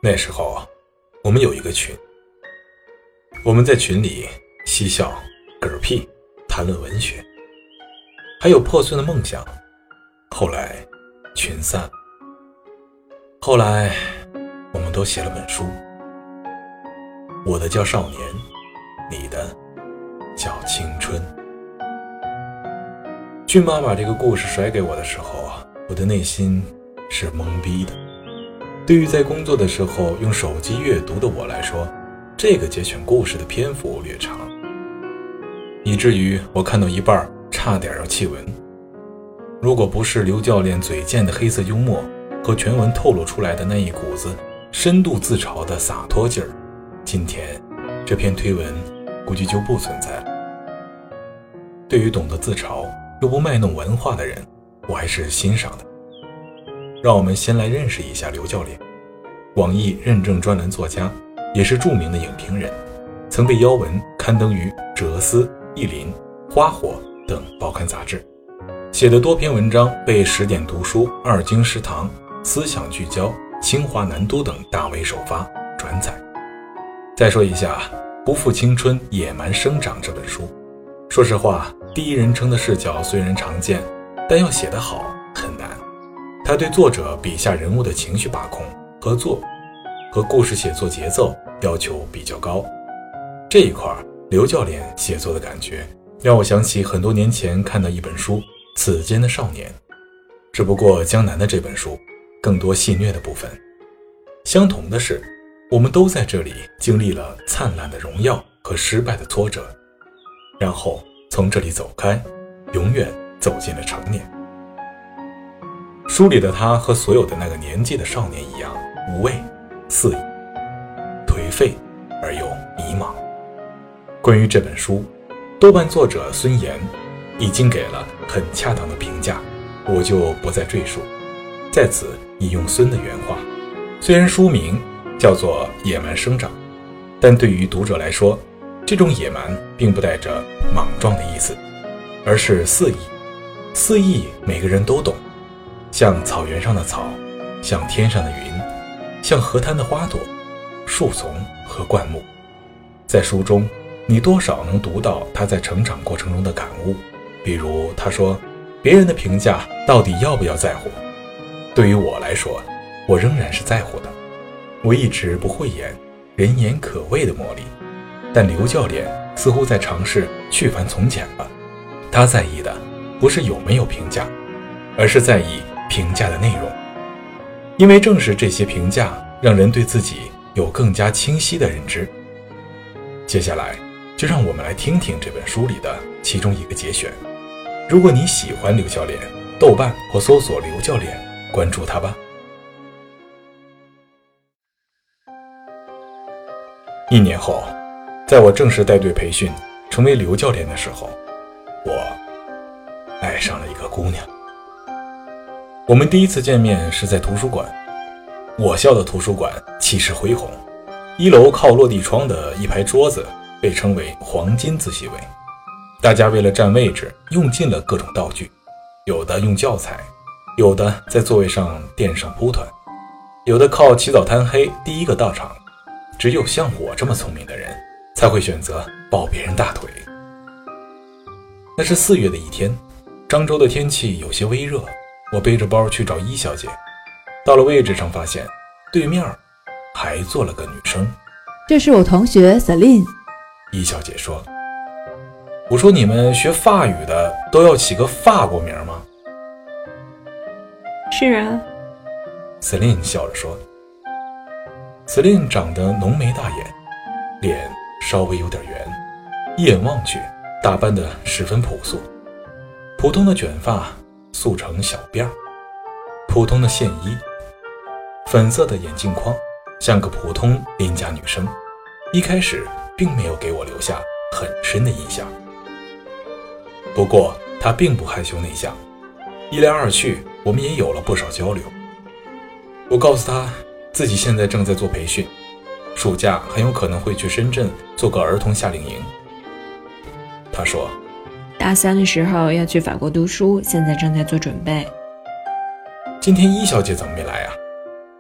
那时候我们有一个群，我们在群里嬉笑嗝屁谈论文学，还有破碎的梦想。后来群散，后来我们都写了本书，我的叫少年，你的叫青春。俊妈把这个故事甩给我的时候，我的内心是懵逼的。对于在工作的时候用手机阅读的我来说，这个节选故事的篇幅略长，以至于我看到一半差点要弃文。如果不是刘教练嘴贱的黑色幽默和全文透露出来的那一股子深度自嘲的洒脱劲儿，今天这篇推文估计就不存在了。对于懂得自嘲又不卖弄文化的人，我还是欣赏的。让我们先来认识一下刘教练，网易认证专栏作家，也是著名的影评人，曾被邀文刊登于《哲思》《意林》《花火》等报刊杂志，写的多篇文章被10点读书、2京食堂、思想聚焦、清华南都等大 V 首发转载。再说一下《不负青春野蛮生长》这本书，说实话，第一人称的视角虽然常见，但要写得好很难。他对作者笔下人物的情绪把控、合作和故事写作节奏要求比较高。这一块刘教练写作的感觉让我想起很多年前看到一本书《此间的少年》，只不过江南的这本书更多戏谑的部分。相同的是，我们都在这里经历了灿烂的荣耀和失败的挫折，然后从这里走开，永远走进了成年。书里的他和所有的那个年纪的少年一样，无畏、肆意、颓废而又迷茫。关于这本书，豆瓣作者孙岩已经给了很恰当的评价，我就不再赘述。在此引用孙的原话，虽然书名叫做《野蛮生长》，但对于读者来说，这种野蛮并不带着莽撞的意思，而是肆意。肆意每个人都懂，像草原上的草，像天上的云，像河滩的花朵、树丛和灌木。在书中，你多少能读到他在成长过程中的感悟，比如他说，别人的评价到底要不要在乎？对于我来说，我仍然是在乎的。我一直不会演人言可畏的魔力，但刘教练似乎在尝试去繁从简了。他在意的不是有没有评价，而是在意评价的内容。因为正是这些评价让人对自己有更加清晰的认知。接下来就让我们来听听这本书里的其中一个节选。如果你喜欢刘教练，豆瓣或搜索刘教练，关注他吧。1年后，在我正式带队培训成为刘教练的时候，我爱上了一个姑娘。我们第一次见面是在图书馆，我校的图书馆气势恢宏，1楼靠落地窗的一排桌子被称为黄金自习位，大家为了占位置用尽了各种道具，有的用教材，有的在座位上垫上铺团，有的靠起早贪黑第一个到场。只有像我这么聪明的人才会选择抱别人大腿。那是4月的一天，漳州的天气有些微热，我背着包去找伊小姐，到了位置上发现对面还坐了个女生。 这是我同学 Celine。 伊小姐说。我说，你们学法语的都要起个法国名吗？ 是啊。 Celine 笑着说。Celine 长得浓眉大眼，脸稍微有点圆，一眼望去打扮得十分朴素，普通的卷发束成小辫儿，普通的线衣，粉色的眼镜框，像个普通邻家女生。一开始并没有给我留下很深的印象。不过她并不害羞内向，一来二去我们也有了不少交流。我告诉她自己现在正在做培训，暑假很有可能会去深圳做个儿童夏令营。他说， 大3的时候要去法国读书，现在正在做准备。 今天伊小姐怎么没来啊？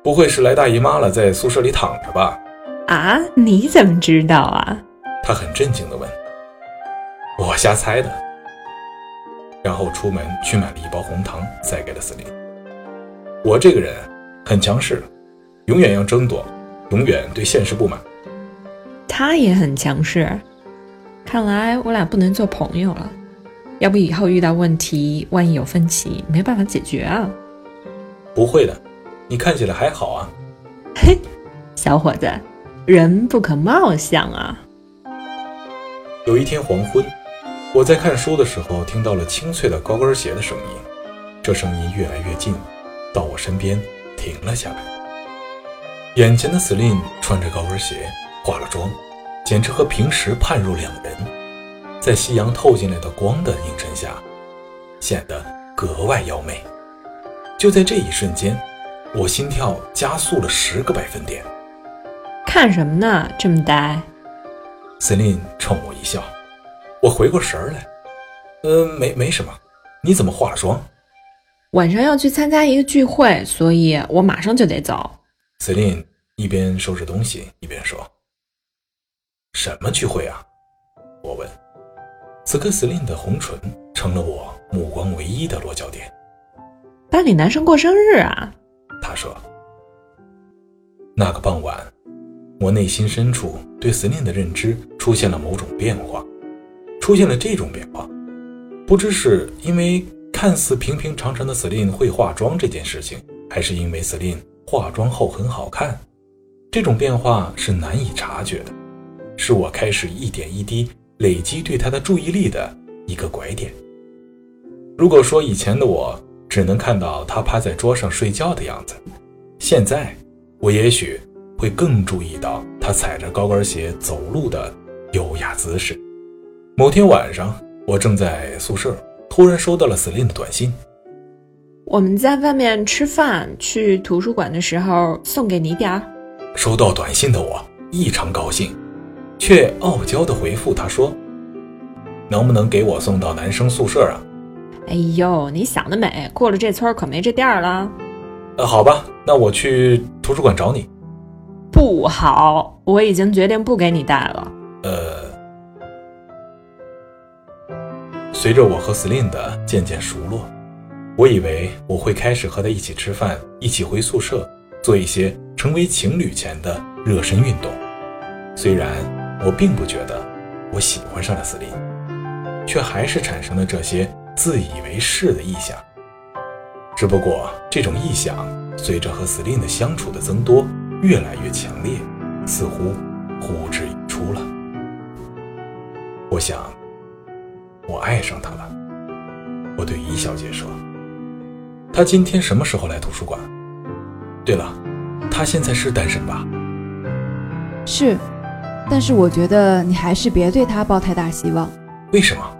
不会是来大姨妈了，在宿舍里躺着吧？ 啊，你怎么知道啊？ 他很震惊地问。我瞎猜的。然后出门去买了一包红糖，塞给了司令。我这个人很强势，永远要争夺，永远对现实不满。 他也很强势，看来我俩不能做朋友了。要不以后遇到问题，万一有分歧，没办法解决啊。 不会的，你看起来还好啊。 嘿，小伙子，人不可貌相啊。 有一天黄昏，我在看书的时候听到了清脆的高跟鞋的声音，这声音越来越近，到我身边停了下来。眼前的司令穿着高跟鞋，化了妆，简直和平时判若两人，在夕阳透进来的光的映衬下，显得格外妖媚。就在这一瞬间，我心跳加速了10个百分点。 看什么呢？这么呆？ 司令冲我一笑，我回过神来，没什么，你怎么化了妆？ 晚上要去参加一个聚会，所以我马上就得走。 司令一边收拾东西一边说。什么聚会啊？我问。此刻司令的红唇成了我目光唯一的落脚点。 班里男生过生日啊？ 他说。那个傍晚，我内心深处对司令的认知出现了某种变化，出现了这种变化，不知是因为看似平平常常的司令会化妆这件事情，还是因为司令化妆后很好看。这种变化是难以察觉的，是我开始一点一滴累积对他的注意力的一个拐点。如果说以前的我只能看到他趴在桌上睡觉的样子，现在我也许会更注意到他踩着高跟鞋走路的优雅姿势。某天晚上，我正在宿舍，突然收到了司令的短信。 我们在外面吃饭，去图书馆的时候送给你点儿。 收到短信的我异常高兴，却傲娇地回复他说，能不能给我送到男生宿舍啊？ 哎呦，你想得美，过了这村可没这店了。 好吧，那我去图书馆找你。 不好，我已经决定不给你带了。 随着我和司令的渐渐熟络，我以为我会开始和他一起吃饭，一起回宿舍，做一些成为情侣前的热身运动。虽然我并不觉得我喜欢上了司令，却还是产生了这些自以为是的臆想。只不过这种臆想随着和司令的相处的增多越来越强烈，似乎呼之欲出了。我想我爱上他了。我对于小姐说，她今天什么时候来图书馆？对了，她现在是单身吧？ 是，但是我觉得你还是别对他抱太大希望。 为什么？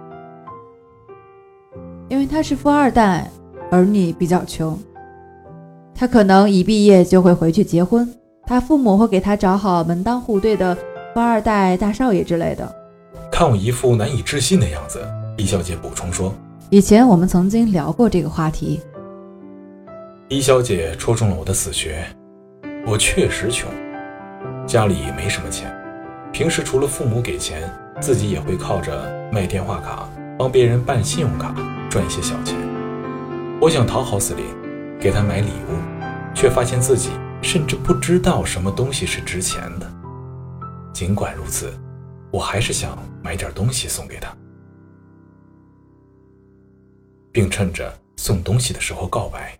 因为他是富二代，而你比较穷。他可能一毕业就会回去结婚，他父母会给他找好门当户对的富二代大少爷之类的。 看我一副难以置信的样子，易小姐补充说， 以前我们曾经聊过这个话题。 易小姐戳中了我的死穴。我确实穷，家里没什么钱，平时除了父母给钱，自己也会靠着卖电话卡帮别人办信用卡赚一些小钱。我想讨好司令，给他买礼物，却发现自己甚至不知道什么东西是值钱的。尽管如此，我还是想买点东西送给他，并趁着送东西的时候告白。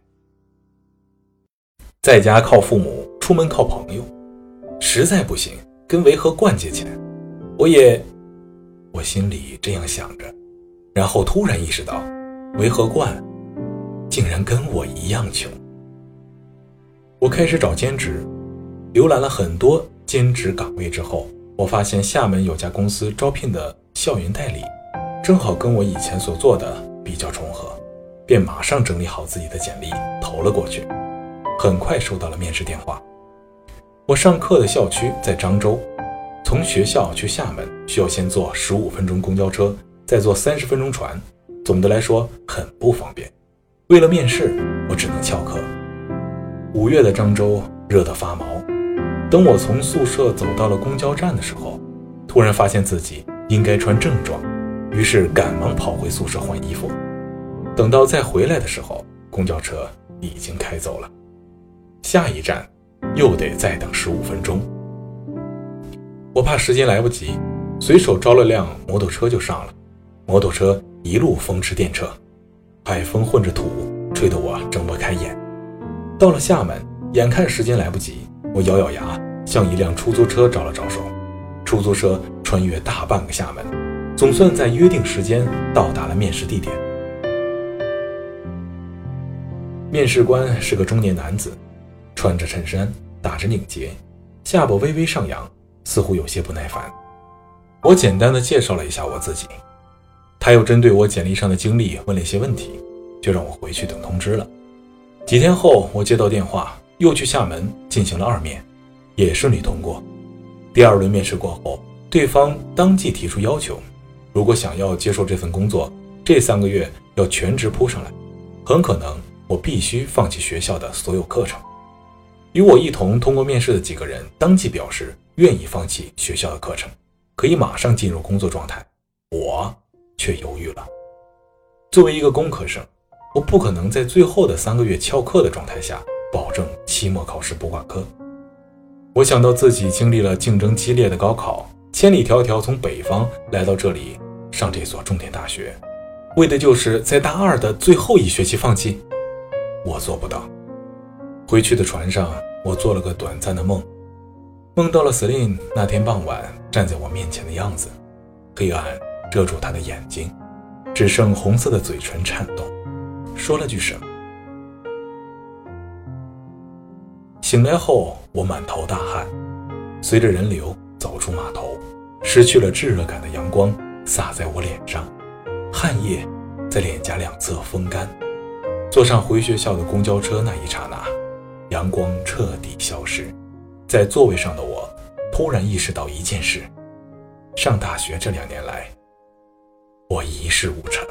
在家靠父母，出门靠朋友，实在不行跟维和冠借钱。我心里这样想着，然后突然意识到维和冠竟然跟我一样穷。我开始找兼职，浏览了很多兼职岗位之后，我发现厦门有家公司招聘的校园代理，正好跟我以前所做的比较重合，便马上整理好自己的简历投了过去。很快收到了面试电话。我上课的校区在漳州，从学校去厦门需要先坐15分钟公交车，再坐30分钟船，总的来说很不方便。为了面试，我只能翘课。 5月的漳州热得发毛。等我从宿舍走到了公交站的时候，突然发现自己应该穿正装，于是赶忙跑回宿舍换衣服。等到再回来的时候，公交车已经开走了，下一站又得再等15分钟。我怕时间来不及，随手招了辆摩托车就上了。摩托车一路风驰电掣，海风混着土，吹得我睁不开眼。到了厦门，眼看时间来不及，我咬咬牙向一辆出租车招了招手。出租车穿越大半个厦门，总算在约定时间到达了面试地点。面试官是个中年男子，穿着衬衫，打着领结，下巴微微上扬，似乎有些不耐烦。我简单的介绍了一下我自己，他又针对我简历上的经历问了一些问题，就让我回去等通知了。几天后，我接到电话，又去厦门进行了2面，也顺利通过。第2轮面试过后，对方当即提出要求，如果想要接受这份工作，这3个月要全职扑上来，很可能我必须放弃学校的所有课程。与我一同通过面试的几个人当即表示愿意放弃学校的课程，可以马上进入工作状态，我却犹豫了。作为一个工科生，我不可能在最后的3个月翘课的状态下保证期末考试不挂科。我想到自己经历了竞争激烈的高考，千里迢迢从北方来到这里上这所重点大学，为的就是在大2的最后1学期放弃。我做不到。回去的船上，我做了个短暂的梦，梦到了 Celine 那天傍晚站在我面前的样子，黑暗遮住她的眼睛，只剩红色的嘴唇颤动，说了句什么。醒来后，我满头大汗，随着人流走出码头，失去了炙热感的阳光洒在我脸上，汗液在脸颊两侧风干。坐上回学校的公交车那一刹那，阳光彻底消失。在座位上的我突然意识到一件事，上大学这2年来，我一事无成。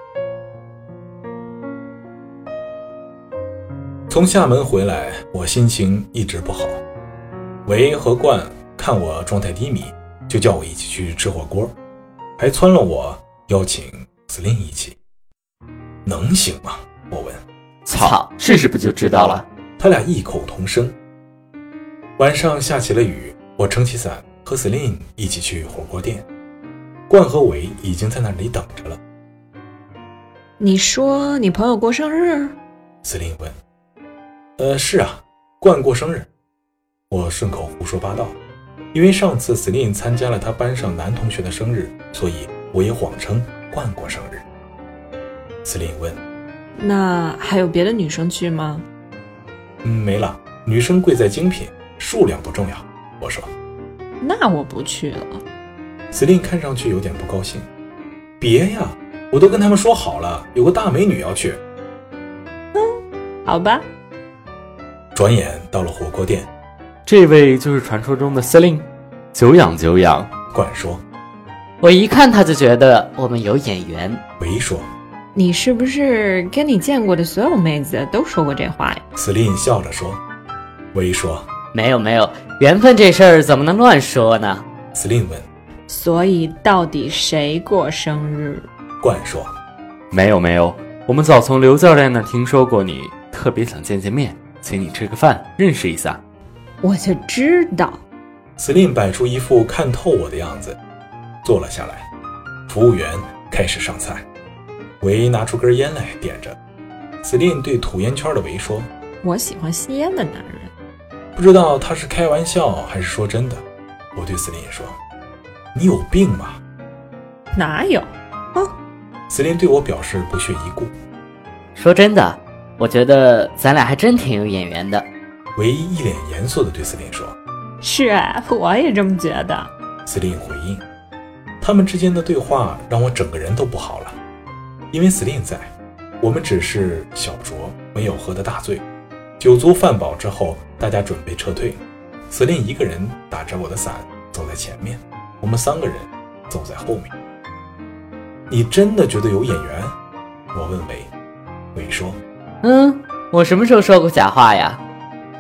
从厦门回来，我心情一直不好。维和冠看我状态低迷，就叫我一起去吃火锅，还撺了我邀请 Celine 一起。能行吗？我问。 操，试试不就知道了。 他俩异口同声。晚上下起了雨，我撑起伞和 Celine 一起去火锅店。冠和维已经在那里等着了。 你说你朋友过生日？ Celine 问。是啊，冠过生日。我顺口胡说八道，因为上次 Celine 参加了他班上男同学的生日，所以我也谎称冠过生日。Celine 问。 那还有别的女生去吗？ 没了，女生贵在精品，数量不重要。我说。 那我不去了。 Celine 看上去有点不高兴。别呀，我都跟他们说好了，有个大美女要去。 好吧。 转眼到了火锅店。 这位就是传说中的 Celine， 久仰久仰。 冠说。 我一看他就觉得我们有眼缘。 维说。 你是不是跟你见过的所有妹子都说过这话呀？ Celine 笑着说。维说。 没有，缘分这事儿怎么能乱说呢？ Celine 问。 所以到底谁过生日？ 冠说。 没有，我们早从刘教练那听说过你，特别想见见面，请你吃个饭，认识一下。 我就知道。 Celine 摆出一副看透我的样子，坐了下来。服务员开始上菜。维拿出根烟来点着。Celine 对吐烟圈的维说。 我喜欢吸烟的男人。 不知道他是开玩笑还是说真的。我对 Celine 说。你有病吧？ 哪有 Celine 对我表示不屑一顾。 说真的，我觉得咱俩还真挺有眼缘的。 维一脸严肃地对 Celine 说。 是，我也这么觉得。 Celine 回应。他们之间的对话让我整个人都不好了。因为 Celine 在，我们只是小酌，没有喝得大醉。酒足饭饱之后，大家准备撤退。Celine 一个人打着我的伞走在前面，我们3个人走在后面。你真的觉得有眼缘？我问维。维说。 我什么时候说过假话呀？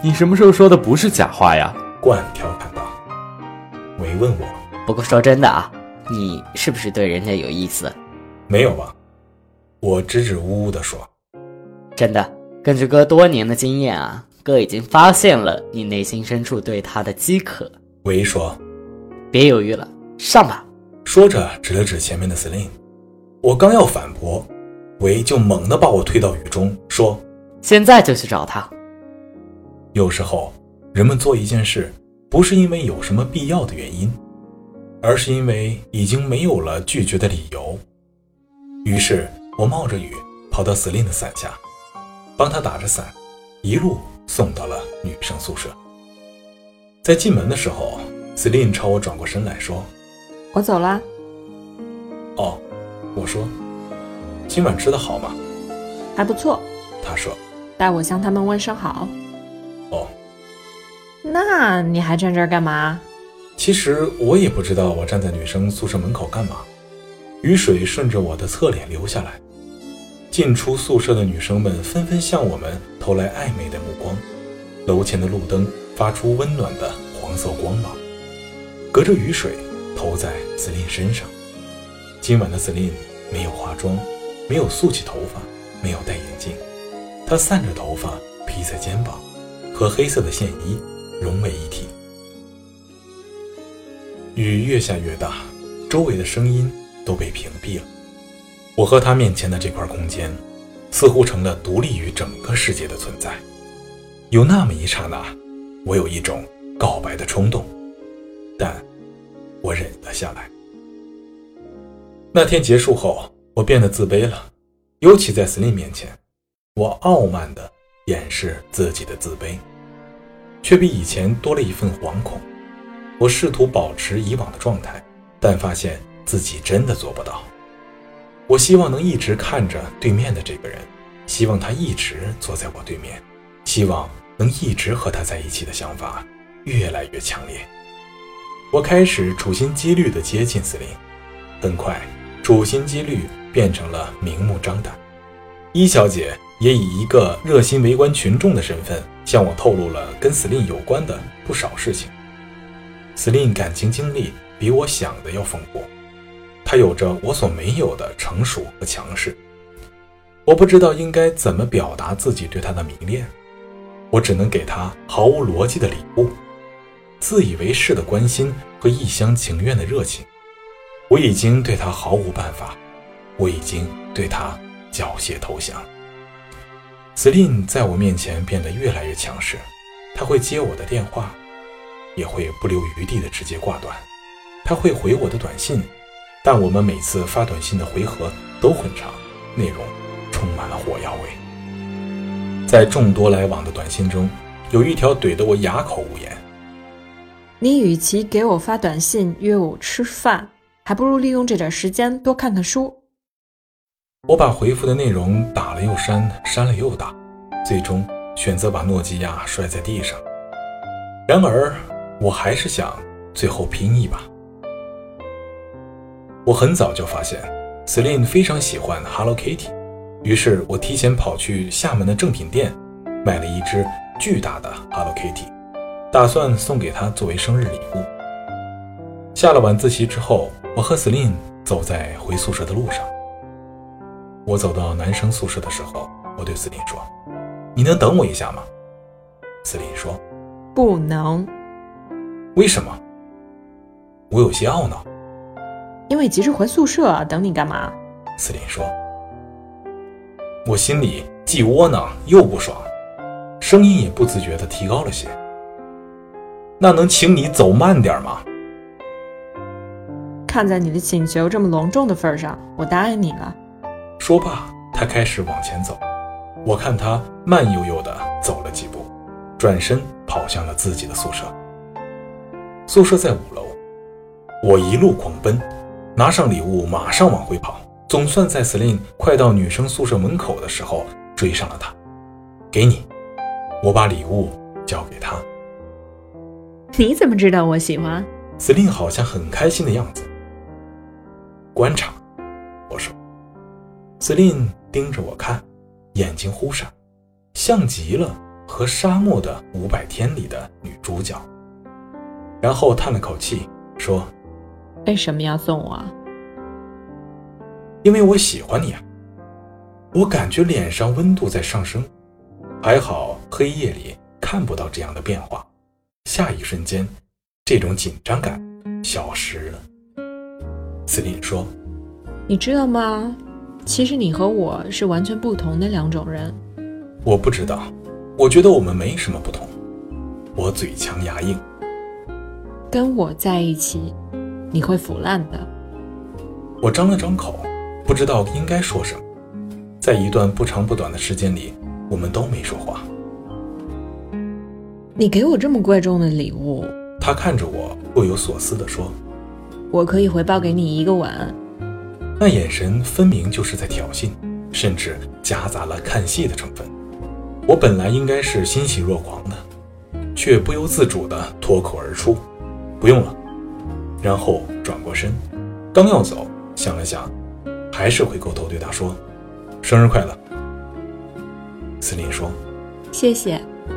你什么时候说的不是假话呀？ 冠调侃道。维问我， 不过说真的啊，你是不是对人家有意思？ 没有吧？我支支吾吾地说。 真的，根据哥多年的经验啊，哥已经发现了你内心深处对他的饥渴。 维说， 别犹豫了，上吧。 说着指了指前面的 Celine。我刚要反驳，维就猛地把我推到雨中，说， 现在就去找他。 有时候人们做一件事不是因为有什么必要的原因，而是因为已经没有了拒绝的理由。于是我冒着雨跑到 Celine 的伞下，帮她打着伞，一路送到了女生宿舍。在进门的时候， Celine 朝我转过身来说， 我走啦。 哦，我说，今晚吃得好吗？ 还不错。 她说， 代我向他们问声好。 哦， 那你还站这儿干嘛？ 其实我也不知道我站在女生宿舍门口干嘛。雨水顺着我的侧脸流下来，进出宿舍的女生们纷纷向我们投来暧昧的目光。楼前的路灯发出温暖的黄色光芒，隔着雨水投在 Celine 身上。今晚的 Celine 没有化妆，没有束起头发，没有戴眼镜，她散着头发披在肩膀，和黑色的线衣融为一体。雨越下越大，周围的声音都被屏蔽了。我和他面前的这块空间似乎成了独立于整个世界的存在。有那么一刹那，我有一种告白的冲动，但我忍了下来。那天结束后，我变得自卑了，尤其在 Celine 面前，我傲慢地掩饰自己的自卑，却比以前多了一份惶恐。我试图保持以往的状态，但发现自己真的做不到。我希望能一直看着对面的这个人，希望他一直坐在我对面，希望能一直和他在一起的想法越来越强烈。我开始处心积虑地接近 Celine， 很快处心积虑变成了明目张胆。伊小姐也以一个热心围观群众的身份向我透露了跟 Celine 有关的不少事情。Celine 感情经历比我想的要丰富，她有着我所没有的成熟和强势。我不知道应该怎么表达自己对她的迷恋，我只能给她毫无逻辑的礼物，自以为是的关心和一厢情愿的热情。我已经对她毫无办法，我已经对她缴械投降。Celine 在我面前变得越来越强势，她会接我的电话，也会不留余地的直接挂断。她会回我的短信，但我们每次发短信的回合都很长，内容充满了火药味。在众多来往的短信中，有一条怼得我哑口无言。 你与其给我发短信约我吃饭，还不如利用这点时间多看看书。 我把回复的内容打了又删，删了又打，最终选择把诺基亚摔在地上。然而我还是想最后拼一把。我很早就发现 Celine 非常喜欢 Hello Kitty， 于是我提前跑去厦门的正品店买了一只巨大的 Hello Kitty， 打算送给她作为生日礼物。下了晚自习之后，我和 Celine 走在回宿舍的路上。我走到男生宿舍的时候，我对 Celine 说，你能等我一下吗？ Celine 说， 不能。 为什么？我有些懊恼。 因为急着回宿舍，等你干嘛 ？Celine 说。我心里既窝囊又不爽，声音也不自觉地提高了些。那能请你走慢点吗？ 看在你的请求这么隆重的份上，我答应你了。 说罢，他开始往前走。我看他慢悠悠地走了几步，转身跑向了自己的宿舍。宿舍在5楼，我一路狂奔，拿上礼物马上往回跑，总算在 Celine 快到女生宿舍门口的时候追上了她。给你。我把礼物交给她。 你怎么知道我喜欢？ Celine 好像很开心的样子。观察，我说。Celine 盯着我看，眼睛忽闪，像极了和沙漠的500天里的女主角。然后叹了口气说， 为什么要送我啊？ 因为我喜欢你啊。我感觉脸上温度在上升，还好黑夜里看不到这样的变化。下一瞬间，这种紧张感消失了。斯林说， 你知道吗？其实你和我是完全不同的两种人。 我不知道，我觉得我们没什么不同。我嘴强牙硬。 跟我在一起，你会腐烂的。 我张了张口，不知道应该说什么。在一段不长不短的时间里，我们都没说话。 你给我这么贵重的礼物， 他看着我，若有所思地说， 我可以回报给你1个吻。 那眼神分明就是在挑衅，甚至夹杂了看戏的成分。我本来应该是欣喜若狂的，却不由自主地脱口而出，不用了。然后转过身，刚要走，想了想，还是回过头对他说，生日快乐。斯林说， 谢谢。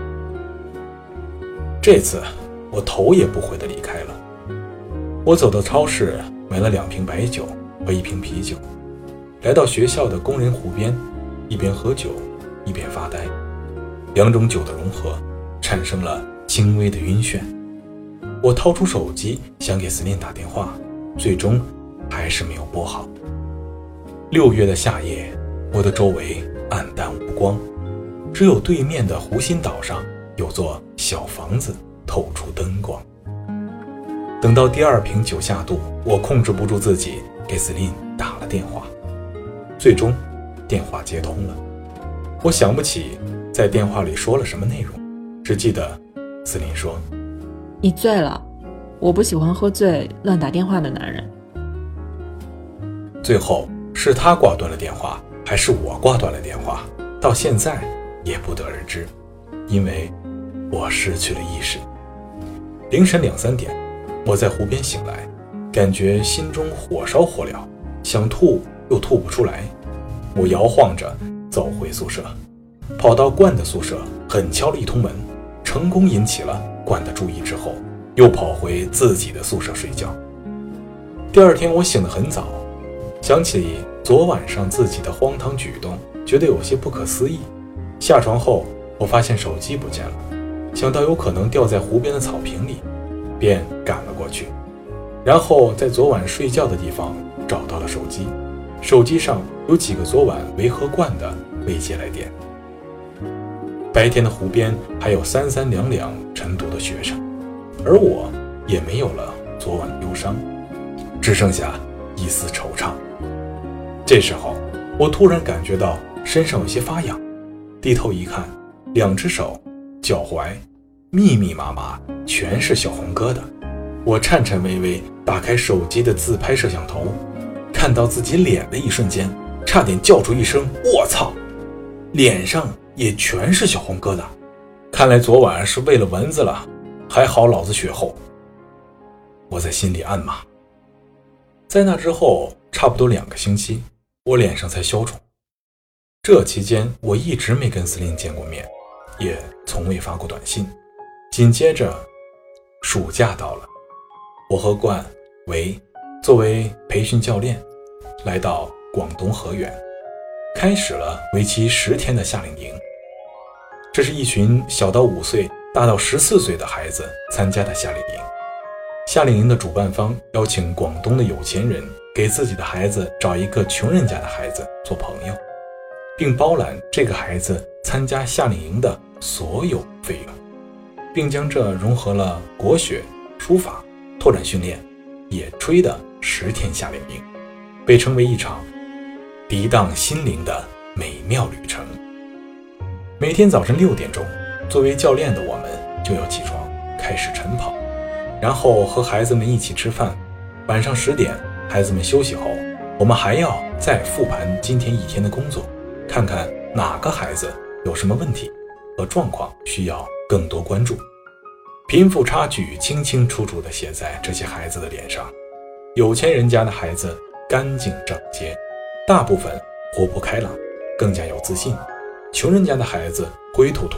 这次我头也不回地离开了。我走到超市买了2瓶白酒和1瓶啤酒，来到学校的工人湖边，一边喝酒一边发呆。2种酒的融合产生了轻微的晕眩。我掏出手机想给斯林打电话，最终还是没有拨好。6月的夏夜，我的周围暗淡无光，只有对面的湖心岛上有座小房子透出灯光。等到第2瓶酒下肚，我控制不住自己，给斯林打了电话。最终电话接通了。我想不起在电话里说了什么内容，只记得斯林说， 你醉了，我不喜欢喝醉乱打电话的男人。 最后是他挂断了电话，还是我挂断了电话，到现在也不得而知，因为我失去了意识。凌晨2、3点，我在湖边醒来，感觉心中火烧火燎，想吐又吐不出来。我摇晃着走回宿舍，跑到冠的宿舍，狠敲了1通门，成功引起了冠的注意之后，又跑回自己的宿舍睡觉。第2天我醒得很早，想起昨晚上自己的荒唐举动，觉得有些不可思议。下床后，我发现手机不见了，想到有可能掉在湖边的草坪里，便赶了过去。然后在昨晚睡觉的地方找到了手机，手机上有几个昨晚维和冠的未接来电。白天的湖边还有3、3、2、2晨读的学生，而我也没有了昨晚的忧伤，只剩下一丝惆怅。这时候我突然感觉到身上有些发痒，低头一看，2只手、脚踝密密麻麻全是小红疙瘩。我颤颤巍巍打开手机的自拍摄像头，看到自己脸的一瞬间，差点叫出一声我操，脸上也全是小红疙瘩。看来昨晚是喂了蚊子了，还好老子血厚。我在心里暗骂。在那之后差不多2个星期，我脸上才消肿。这期间我一直没跟斯林见过面，也从未发过短信。紧接着暑假到了，我和冠维作为培训教练来到广东河源，开始了为期10天的夏令营。这是一群小到5岁大到14岁的孩子参加的夏令营。夏令营的主办方邀请广东的有钱人给自己的孩子找一个穷人家的孩子做朋友，并包揽这个孩子参加夏令营的所有费用，并将这融合了国学、书法、拓展训练、野炊的10天夏令营，被称为一场涤荡心灵的美妙旅程。每天早晨6点钟，作为教练的我们就要起床开始晨跑，然后和孩子们一起吃饭。晚上10点，孩子们休息后，我们还要再复盘今天一天的工作，看看哪个孩子有什么问题和状况需要更多关注。贫富差距清清楚楚地写在这些孩子的脸上。有钱人家的孩子干净整洁，大部分活泼开朗，更加有自信；穷人家的孩子灰头土脸，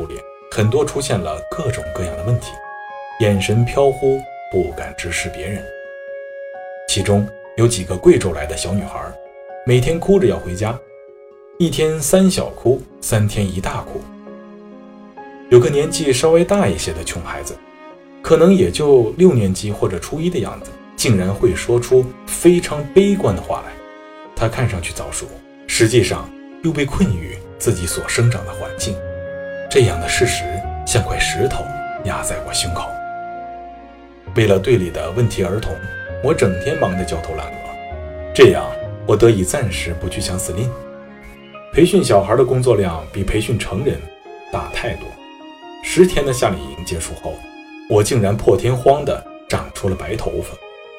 很多出现了各种各样的问题，眼神飘忽，不敢直视别人。其中有几个贵州来的小女孩，每天哭着要回家，一天3小哭，3天1大哭。有个年纪稍微大一些的穷孩子，可能也就6年级或者初1的样子，竟然会说出非常悲观的话来。他看上去早熟，实际上又被困于自己所生长的环境，这样的事实像块石头压在我胸口。为了队里的问题儿童，我整天忙得焦头烂额，这样我得以暂时不去想司令。培训小孩的工作量比培训成人大太多。10天的夏令营结束后，我竟然破天荒地长出了白头发。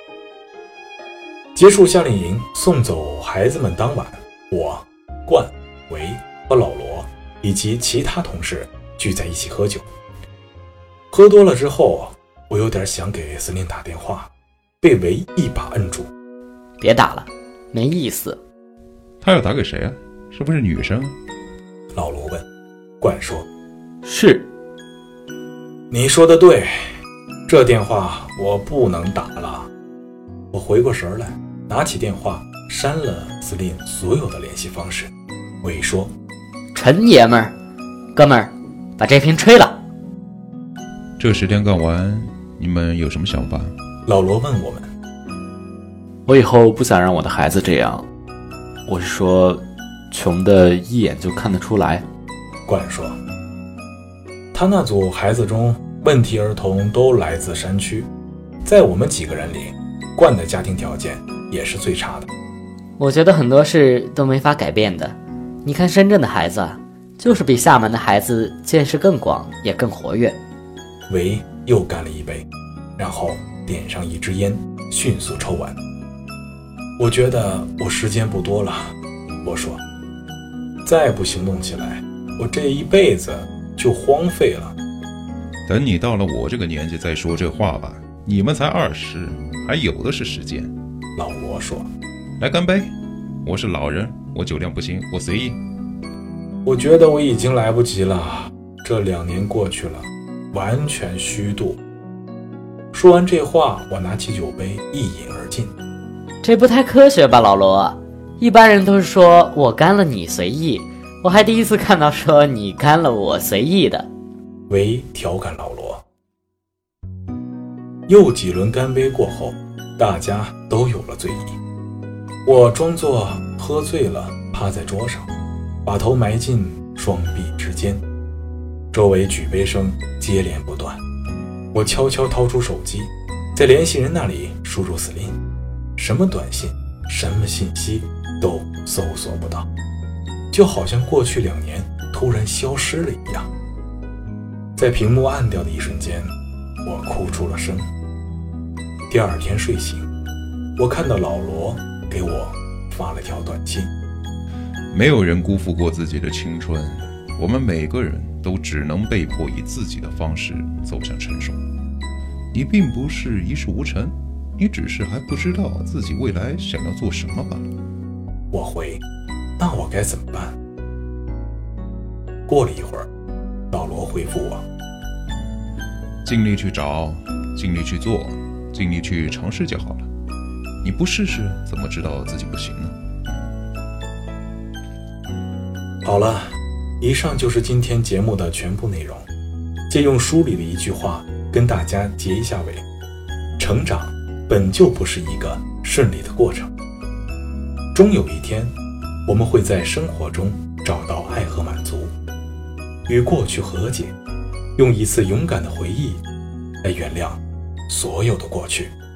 结束夏令营送走孩子们当晚，我、冠、维和老罗以及其他同事聚在一起喝酒。喝多了之后，我有点想给司令打电话，被维一把摁住。 别打了，没意思。 他要打给谁啊？是不是女生？ 老罗问。冠说： 是。 你说的对，这电话我不能打了。我回过神来，拿起电话删了司令所有的联系方式。维说： 陈爷们儿，哥们儿，把这瓶吹了。 这10天干完，你们有什么想法？ 老罗问我们。 我以后不想让我的孩子这样，我是说穷的一眼就看得出来。 冠说，他那组孩子中问题儿童都来自山区，在我们几个人里，冠的家庭条件也是最差的。 我觉得很多事都没法改变的。你看深圳的孩子，就是比厦门的孩子见识更广，也更活跃。 维又干了一杯，然后点上一支烟，迅速抽完。我觉得我时间不多了，我说，再不行动起来，我这一辈子就荒废了。 等你到了我这个年纪再说这话吧，你们才20，还有的是时间。 老罗说。 来干杯，我是老人，我酒量不行，我随意。 我觉得我已经来不及了，这2年过去了，完全虚度。说完这话，我拿起酒杯一饮而尽。 这不太科学吧，老罗？一般人都是说我干了你随意，我还第一次看到说你干了我随意的。 维调侃老罗。又几轮干杯过后，大家都有了醉意。我装作喝醉了，趴在桌上，把头埋进双臂之间，周围举杯声接连不断。我悄悄掏出手机，在联系人那里输入司令，什么短信，什么信息都搜索不到，就好像过去2年突然消失了一样。在屏幕暗掉的一瞬间，我哭出了声。第2天睡醒，我看到老罗给我发了条短信。 没有人辜负过自己的青春，我们每个人都只能被迫以自己的方式走向成熟。你并不是一事无成，你只是还不知道自己未来想要做什么罢了。 我回，那我该怎么办？过了一会儿，老罗回复我， 尽力去找，尽力去做，尽力去尝试就好了。你不试试，怎么知道自己不行呢？ 好了，以上就是今天节目的全部内容。借用书里的一句话跟大家结一下尾，成长本就不是一个顺利的过程，终有一天我们会在生活中找到爱和满足，与过去和解，用一次勇敢的回忆来原谅所有的过去。